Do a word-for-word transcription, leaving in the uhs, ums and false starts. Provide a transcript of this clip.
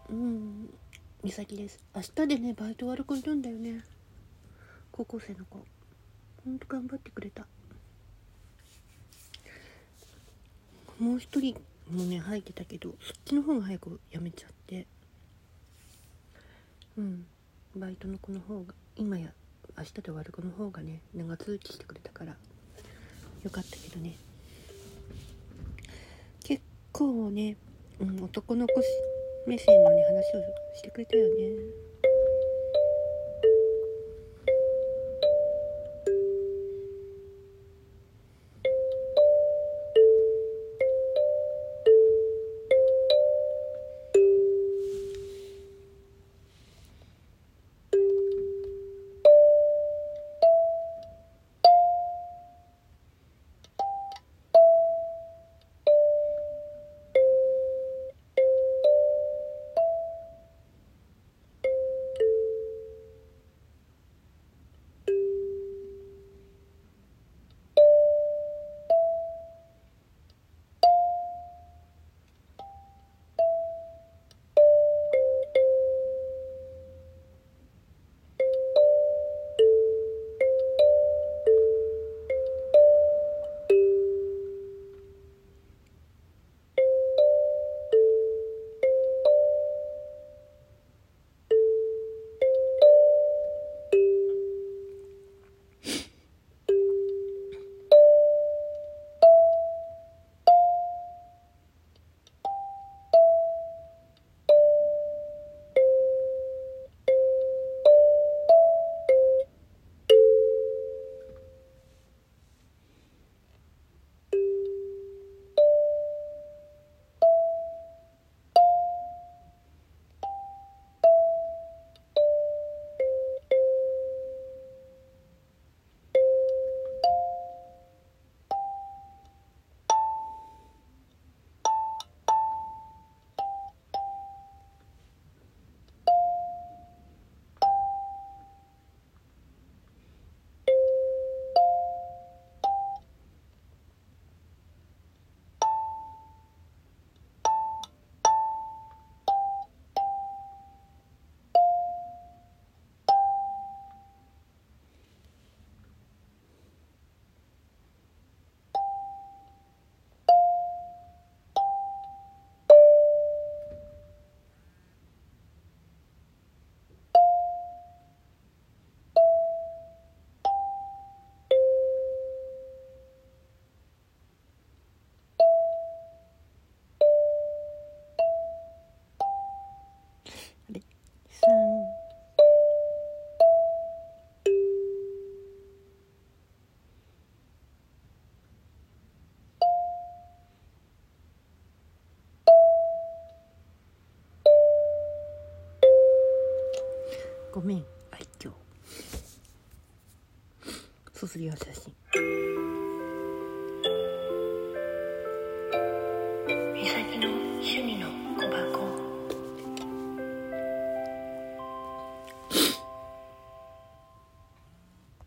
うん、美咲です。明日でねバイト終わる子いるんだよね。高校生の子、ほんと頑張ってくれた。もう一人もね入ってたけど、そっちの方が早く辞めちゃって、うんバイトの子の方が今や明日で終わる子の方がね長続きしてくれたからよかったけどね。結構ね、うん、男の子目線のね話をしてくれたよね。あれさんごめん愛嬌卒業写真。美咲の趣味の小箱。